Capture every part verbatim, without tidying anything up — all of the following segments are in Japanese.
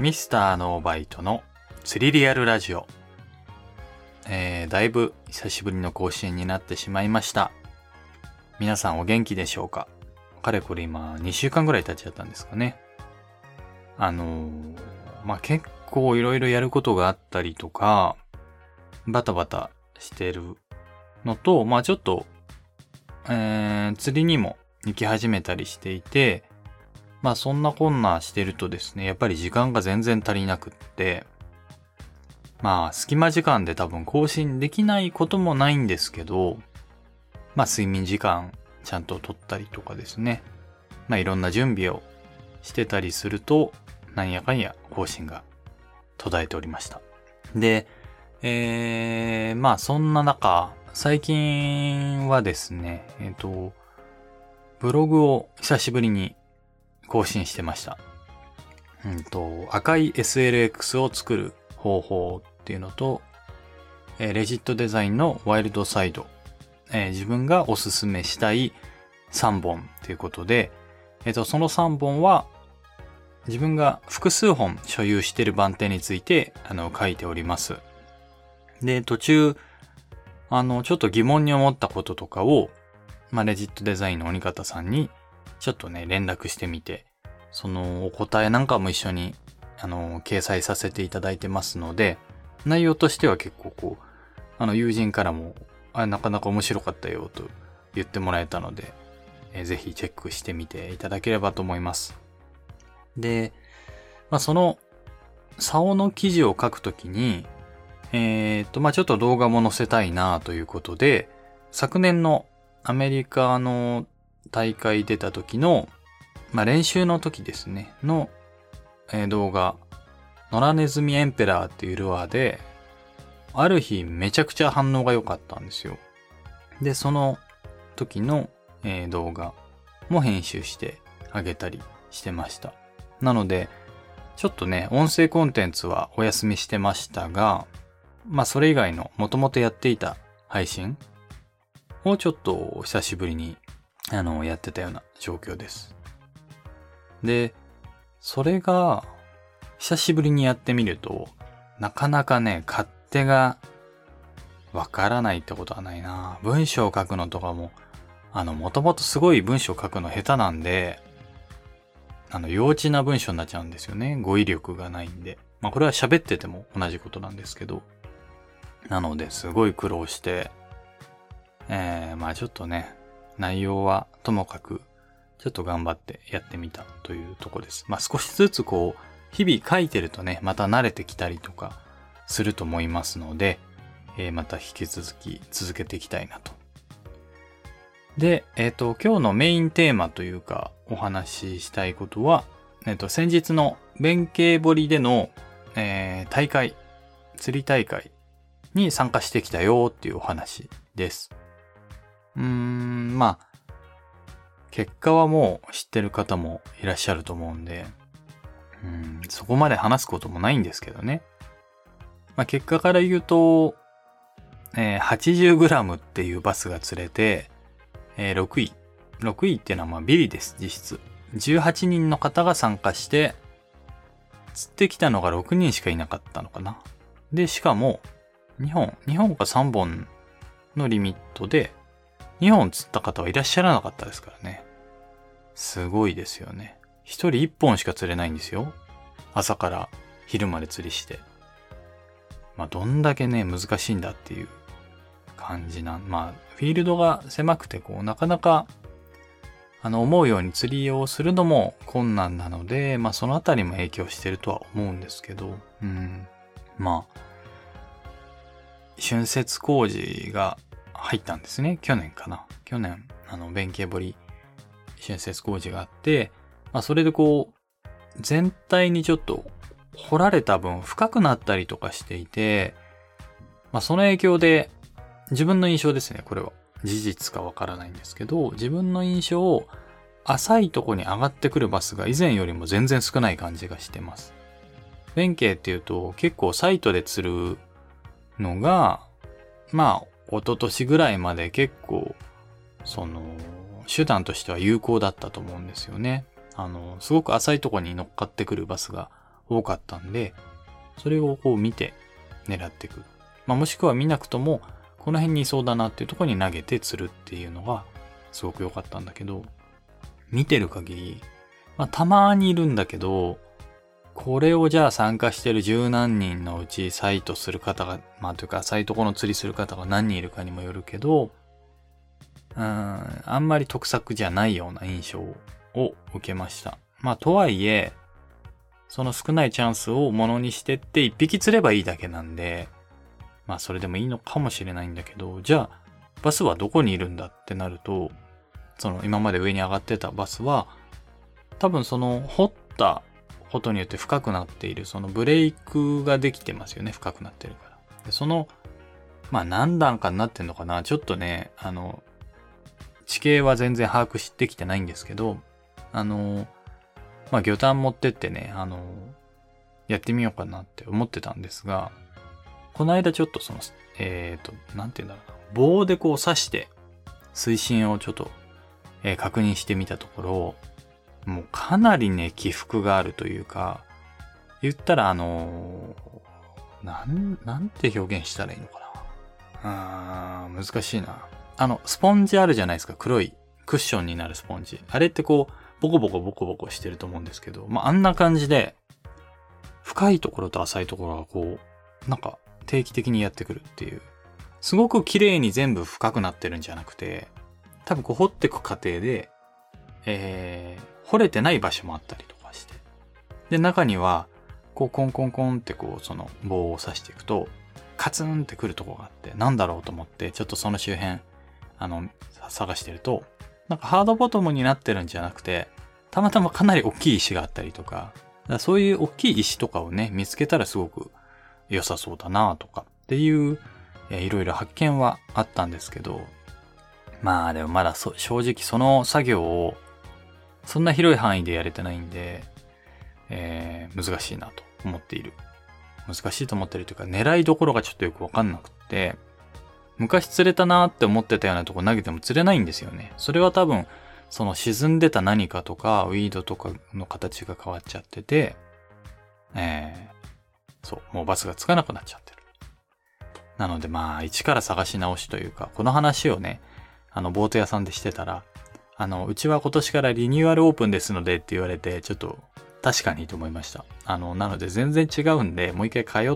ミスターのバイトの釣りリアルラジオ、えー、だいぶ久しぶりの更新になってしまいました。皆さんお元気でしょうか？かれこれ今にしゅうかんぐらい経っちゃったんですかね。あのー、まあ、結構いろいろやることがあったりとか、バタバタしてるのと、まあちょっと、えー、釣りにも行き始めたりしていて、まあそんなこんなしてるとですね、やっぱり時間が全然足りなくって、まあ隙間時間で多分更新できないこともないんですけど、まあ睡眠時間ちゃんと取ったりとかですね、まあいろんな準備をしてたりすると、なんやかんや更新が途絶えておりました。で、えー、まあそんな中、最近はですね、えっと、ブログを久しぶりに更新してました。うんと、赤い エスエルエックス を作る方法っていうのと、えー、レジットデザインのワイルドサイド、えー、自分がおすすめしたいさんぼんということで、えっと、そのさんぼんは自分が複数本所有している番手についてあの書いております。で、途中、あの、ちょっと疑問に思ったこととかを、まあ、レジットデザインの鬼方さんにちょっとね、連絡してみて、そのお答えなんかも一緒に、あの、掲載させていただいてますので、内容としては結構こう、あの、友人からも、あ、なかなか面白かったよと言ってもらえたので、えー、ぜひチェックしてみていただければと思います。で、まあ、その、竿の記事を書くときに、えー、っと、まあ、ちょっと動画も載せたいなということで、昨年のアメリカの大会出た時の、まあ、練習の時ですね、の、えー、動画、野良ネズミエンペラーっていうルアーで、ある日めちゃくちゃ反応が良かったんですよ。で、その時の、えー、動画も編集してあげたりしてました。なので、ちょっとね、音声コンテンツはお休みしてましたが、まあそれ以外のもともとやっていた配信をちょっと久しぶりにあのやってたような状況です。で、それが久しぶりにやってみるとなかなかね、勝手がわからないってことはないな。文章を書くのとかもあのもともとすごい文章を書くの下手なんで、あの幼稚な文章になっちゃうんですよね。語彙力がないんで。まあこれは喋ってても同じことなんですけど。なのですごい苦労して、えー、まあちょっとね、内容はともかくちょっと頑張ってやってみたというところです。まあ少しずつこう、日々書いてるとね、また慣れてきたりとかすると思いますので、えー、また引き続き続けていきたいなと。で、えっと、今日のメインテーマというかお話ししたいことは、えっと、先日の弁慶堀での、えー、大会、釣り大会に参加してきたよっていうお話です。うーん、まあ、結果はもう知ってる方もいらっしゃると思うんで、うん、そこまで話すこともないんですけどね。まあ、結果から言うと、えー、はちじゅうグラム っていうバスが釣れて、えー、ろくい。ろくいっていうのはまあビリです、実質。じゅうはちにんの方が参加して、釣ってきたのがろくにんしかいなかったのかな。で、しかも、にほん、にほんかさんぼんのリミットで、にほん釣った方はいらっしゃらなかったですからね。すごいですよね。ひとりいっぽんしか釣れないんですよ。朝から昼まで釣りして。まあ、どんだけね、難しいんだっていう感じなん。まあ、フィールドが狭くて、こう、なかなか、あの、思うように釣りをするのも困難なので、まあ、そのあたりも影響してるとは思うんですけど、うん。まあ、浚渫工事が入ったんですね。去年かな。去年、あの、弁慶堀浚渫工事があって、まあ、それでこう、全体にちょっと掘られた分深くなったりとかしていて、まあ、その影響で、自分の印象ですね、これは。事実かわからないんですけど、自分の印象を浅いとこに上がってくるバスが以前よりも全然少ない感じがしてます。弁慶っていうと結構サイトで釣るのが、まあ、一昨年ぐらいまで結構、その、手段としては有効だったと思うんですよね。あの、すごく浅いとこに乗っかってくるバスが多かったんで、それをこう見て狙っていく。まあもしくは見なくとも、この辺にいそうだなっていうところに投げて釣るっていうのがすごく良かったんだけど、見てる限り、まあたまにいるんだけど、これをじゃあ参加してる十何人のうちサイトする方が、まあというかサイトこの釣りする方が何人いるかにもよるけど、うーん、あんまり得策じゃないような印象を受けました。まあとはいえ、その少ないチャンスをものにしてって一匹釣ればいいだけなんで、まあそれでもいいのかもしれないんだけど、じゃあバスはどこにいるんだってなると、その今まで上に上がってたバスは、多分その掘ったことによって深くなっている、そのブレイクができてますよね、深くなってるから。でその、まあ何段かになってんのかな、ちょっとね、あの、地形は全然把握してきてないんですけど、あの、まあ魚探持ってってね、あの、やってみようかなって思ってたんですが、この間ちょっとその、えっと、なんて言うんだろうな、棒でこう刺して、水深をちょっと、えー、確認してみたところ、もうかなりね、起伏があるというか、言ったらあのー、なん、なんて表現したらいいのかな。あー、難しいな。あの、スポンジあるじゃないですか、黒いクッションになるスポンジ。あれってこう、ボコボコボコボコしてると思うんですけど、まあ、あんな感じで、深いところと浅いところがこう、なんか定期的にやってくるっていう。すごく綺麗に全部深くなってるんじゃなくて、多分こう掘っていく過程で、えー、掘れてない場所もあったりとかして。で、中には、こうコンコンコンってこうその棒を刺していくと、カツンってくるとこがあって、なんだろうと思って、ちょっとその周辺、あの、探してると、なんかハードボトムになってるんじゃなくて、たまたまかなり大きい石があったりとか、だからそういう大きい石とかをね、見つけたらすごく良さそうだなとかっていう、えー、いろいろ発見はあったんですけど、まあでもまだそ正直その作業をそんな広い範囲でやれてないんで、えー、難しいなと思っている。難しいと思ってるというか、狙いどころがちょっとよくわかんなくって、昔釣れたなーって思ってたようなとこ投げても釣れないんですよね。それは多分、その沈んでた何かとか、ウィードとかの形が変わっちゃってて、えー、そう、もうバスがつかなくなっちゃってる。なのでまあ、一から探し直しというか、この話をね、あの、ボート屋さんでしてたら、あの、うちは今年からリニューアルオープンですのでって言われて、ちょっと、確かにと思いました。あの、なので全然違うんで、もう一回通って、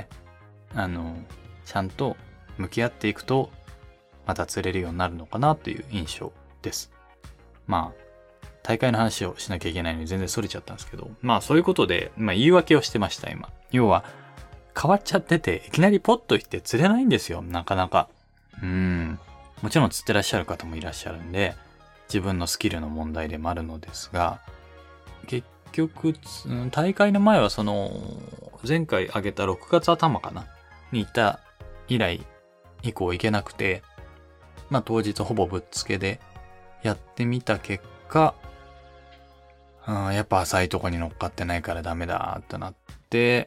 あの、ちゃんと向き合っていくと、また釣れるようになるのかなという印象です。まあ、大会の話をしなきゃいけないのに全然逸れちゃったんですけど、まあそういうことで、まあ言い訳をしてました、今。要は、変わっちゃってて、いきなりポッと行って釣れないんですよ、なかなか。うーん。もちろん釣ってらっしゃる方もいらっしゃるんで、自分のスキルの問題でもあるのですが、結局、大会の前はその、前回挙げたろくがつ頭かなに行った以来以降行けなくて、まあ当日ほぼぶっつけでやってみた結果、うん、やっぱ浅いとこに乗っかってないからダメだってなって、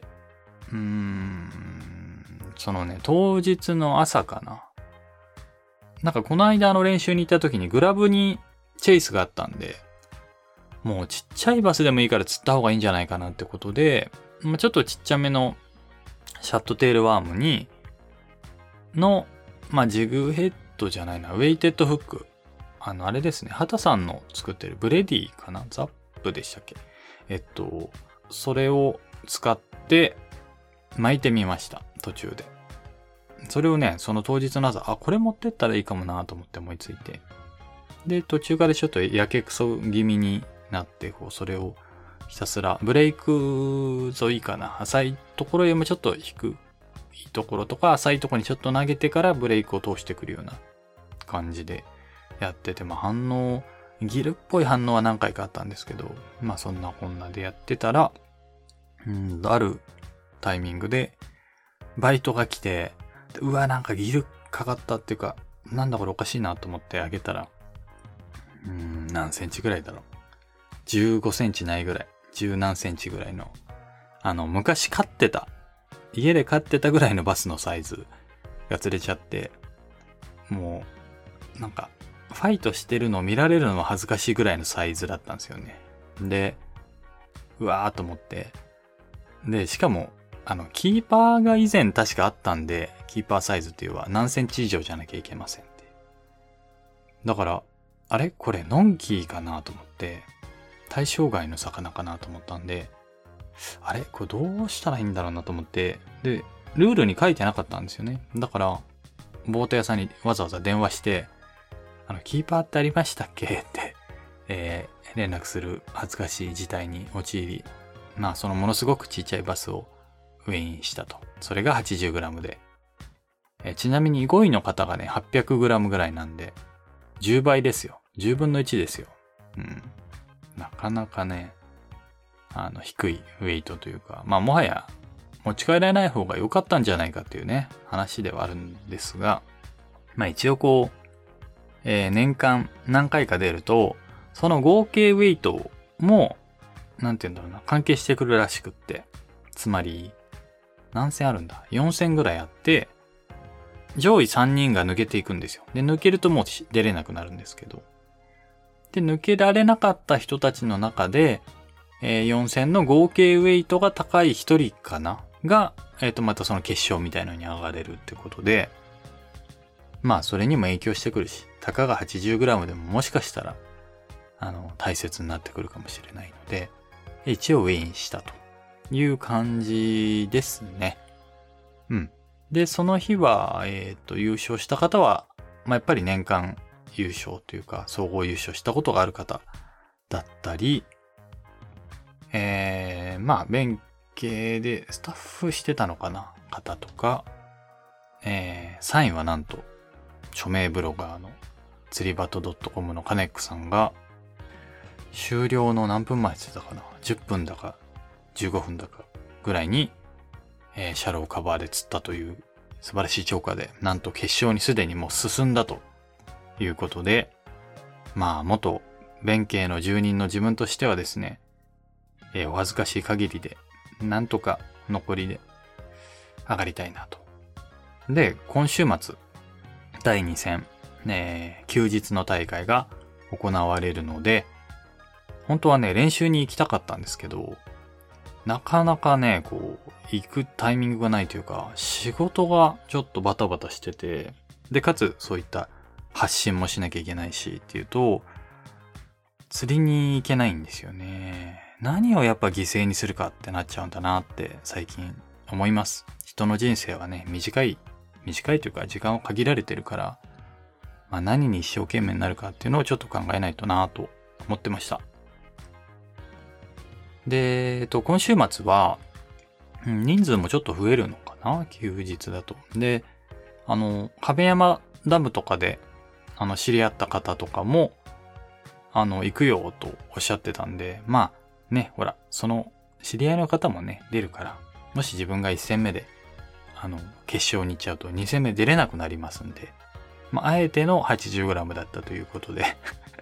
うーん、そのね、当日の朝かな。なんかこの間の練習に行った時にグラブにチェイスがあったんで、もうちっちゃいバスでもいいから釣った方がいいんじゃないかなってことで、まあ、ちょっとちっちゃめのシャットテールワームに、の、まあ、ジグヘッドじゃないな、ウェイテッドフック。あの、あれですね、畑さんの作ってるブレディかな、ザップでしたっけ。えっと、それを使って巻いてみました、途中で。それをね、その当日の朝、あ、これ持ってったらいいかもなと思って思いついて。で、途中からちょっとやけくそ気味になって、こう、それをひたすら、ブレイク沿いかな。浅いところよりもちょっと低いところとか、浅いところにちょっと投げてからブレイクを通してくるような感じでやってて、まあ反応、ギルっぽい反応は何回かあったんですけど、まあそんなこんなでやってたら、うん、あるタイミングで、バイトが来て、うわ、なんかギルかかったっていうか、なんだこれおかしいなと思ってあげたら、うーん、何センチぐらいだろう。じゅうごセンチないぐらい。じゅう何センチぐらいの。あの、昔飼ってた。家で飼ってたぐらいのバスのサイズが釣れちゃって、もう、なんか、ファイトしてるのを見られるのも恥ずかしいぐらいのサイズだったんですよね。で、うわーと思って、 で、しかも、あの、キーパーが以前確かあったんで、キーパーサイズっていうのは何センチ以上じゃなきゃいけませんって。だから、あれこれノンキーかなと思って、対象外の魚かなと思ったんで、あれこれどうしたらいいんだろうなと思って、で、ルールに書いてなかったんですよね。だから、ボート屋さんにわざわざ電話して、あの、キーパーってありましたっけって、えー、連絡する恥ずかしい事態に陥り、まあ、そのものすごくちっちゃいバスをウェインしたと。それが はちじゅうグラム で。えー、ちなみにごいの方がね、はっぴゃくグラム ぐらいなんで、じゅうばいですよ。じゅうぶんのいちですよ。うん。なかなかね、あの、低いウェイトというか、まあ、もはや持ち帰らない方が良かったんじゃないかっていうね、話ではあるんですが、まあ一応こう、えー、年間何回か出ると、その合計ウェイトも、なんて言うんだろうな、関係してくるらしくって。つまり、何戦あるんだ ?よん 戦ぐらいあって、上位さんにんが抜けていくんですよ。で、抜けるともう出れなくなるんですけど。で、抜けられなかった人たちの中で、えー、よん戦の合計ウェイトが高いひとりかなが、えっと、またその決勝みたいのに上がれるってことで、まあ、それにも影響してくるし、たかが はちじゅうグラム でももしかしたら、あの、大切になってくるかもしれないので、一応ウェインしたという感じですね。うん。で、その日は、えっと、優勝した方は、まあ、やっぱり年間優勝というか、総合優勝したことがある方だったり、えー、まあ、弁慶でスタッフしてたのかな方とか、えー、さんいはなんと、著名ブロガーの釣りバト .com のカネックさんが、終了の何分前って言ってたかな ?じゅっぷんだか、じゅうごふんだかぐらいに、えー、シャローカバーで釣ったという素晴らしい釣果で、なんと決勝にすでにもう進んだということで、まあ、元弁慶の住人の自分としてはですね、えー、お恥ずかしい限りで、なんとか残りで上がりたいなと。で、今週末、だいに戦、えー、休日の大会が行われるので、本当はね、練習に行きたかったんですけど、なかなかね、こう、行くタイミングがないというか、仕事がちょっとバタバタしてて、で、かつそういった発信もしなきゃいけないしっていうと、釣りに行けないんですよね。何をやっぱ犠牲にするかってなっちゃうんだなって最近思います。人の人生はね、短い、短いというか時間は限られてるから、まあ何に一生懸命になるかっていうのをちょっと考えないとなと思ってました。で、えっと、今週末は、人数もちょっと増えるのかな休日だと。で、あの、亀山ダムとかで、あの、知り合った方とかも、あの、行くよとおっしゃってたんで、まあ、ね、ほら、その、知り合いの方もね、出るから、もし自分がいち戦目で、あの、決勝に行っちゃうとに戦目出れなくなりますんで、まあ、あえての はちじゅうグラム だったということで、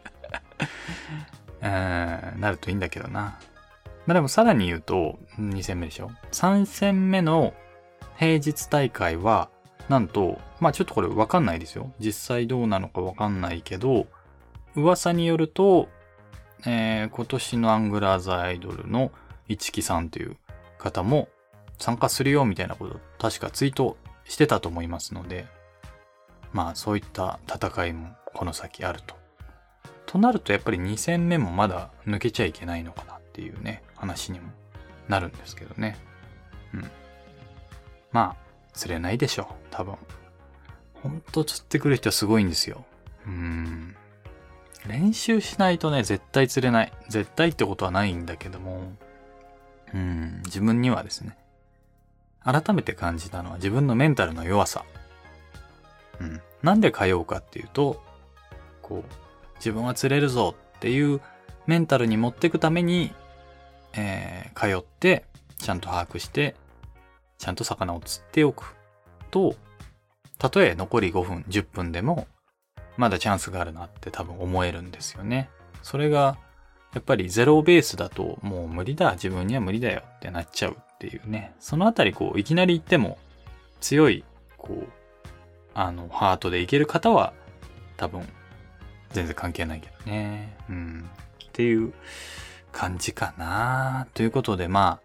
うーん、なるといいんだけどな。まあでもさらに言うと、に戦目でしょ ?さん 戦目の平日大会は、なんと、まあちょっとこれわかんないですよ。実際どうなのかわかんないけど、噂によると、えー、今年のアングラーズアイドルの市木さんという方も参加するよみたいなこと確かツイートしてたと思いますので、まあそういった戦いもこの先あると。となるとやっぱりに戦目もまだ抜けちゃいけないのかなっていうね、話にもなるんですけどね。うん。まあ、釣れないでしょう、多分。ほんと釣ってくる人はすごいんですよ。うーん。練習しないとね、絶対釣れない。絶対ってことはないんだけども、うん、自分にはですね、改めて感じたのは自分のメンタルの弱さ。うん。なんで通うかっていうと、こう、自分は釣れるぞっていうメンタルに持っていくために、えー、通って、ちゃんと把握して、ちゃんと魚を釣っておくと、たとえ残りごふん、じゅっぷんでも、まだチャンスがあるなって多分思えるんですよね。それが、やっぱりゼロベースだと、もう無理だ、自分には無理だよってなっちゃうっていうね。そのあたりこう、いきなり言っても、強い、こう、あの、ハートでいける方は、多分、全然関係ないけどね。うん。っていう感じかな。ということで、まあ、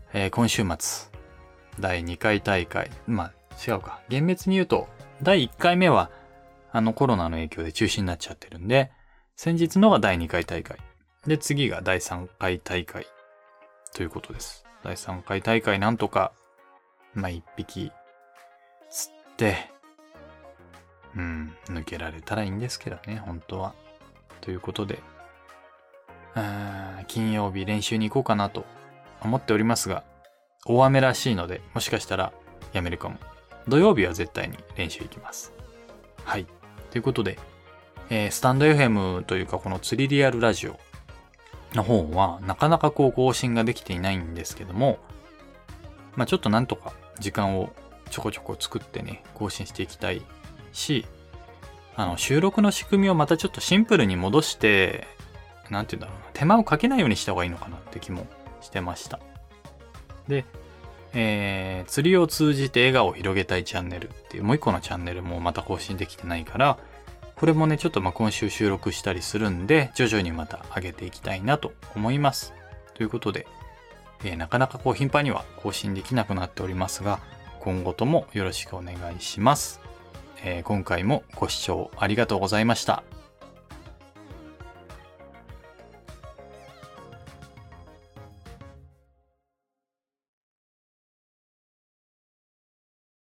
えー、今週末、だいにかい大会、まあ違うか、厳密に言うと、だいいっかいめは、あのコロナの影響で中止になっちゃってるんで、先日のがだいにかい大会。で、次がだいさんかい大会。ということです。だいさんかい大会なんとか、まあ一匹、釣って、うん、抜けられたらいいんですけどね、本当は。ということで、あ金曜日練習に行こうかなと思っておりますが、大雨らしいので、もしかしたらやめるかも。土曜日は絶対に練習行きます。はい。ということで、えー、スタンド エフエム というかこの釣りリアルラジオの方はなかなかこう更新ができていないんですけども、まあちょっとなんとか時間をちょこちょこ作ってね、更新していきたいし、あの収録の仕組みをまたちょっとシンプルに戻して、なんて言うんだろうな、手間をかけないようにした方がいいのかなって気もしてました。で、えー、釣りを通じて笑顔を広げたいチャンネルっていうもう一個のチャンネルもまた更新できてないから、これもね、ちょっとまあ今週収録したりするんで、徐々にまた上げていきたいなと思います。ということで、えー、なかなかこう頻繁には更新できなくなっておりますが、今後ともよろしくお願いします。えー、今回もご視聴ありがとうございました。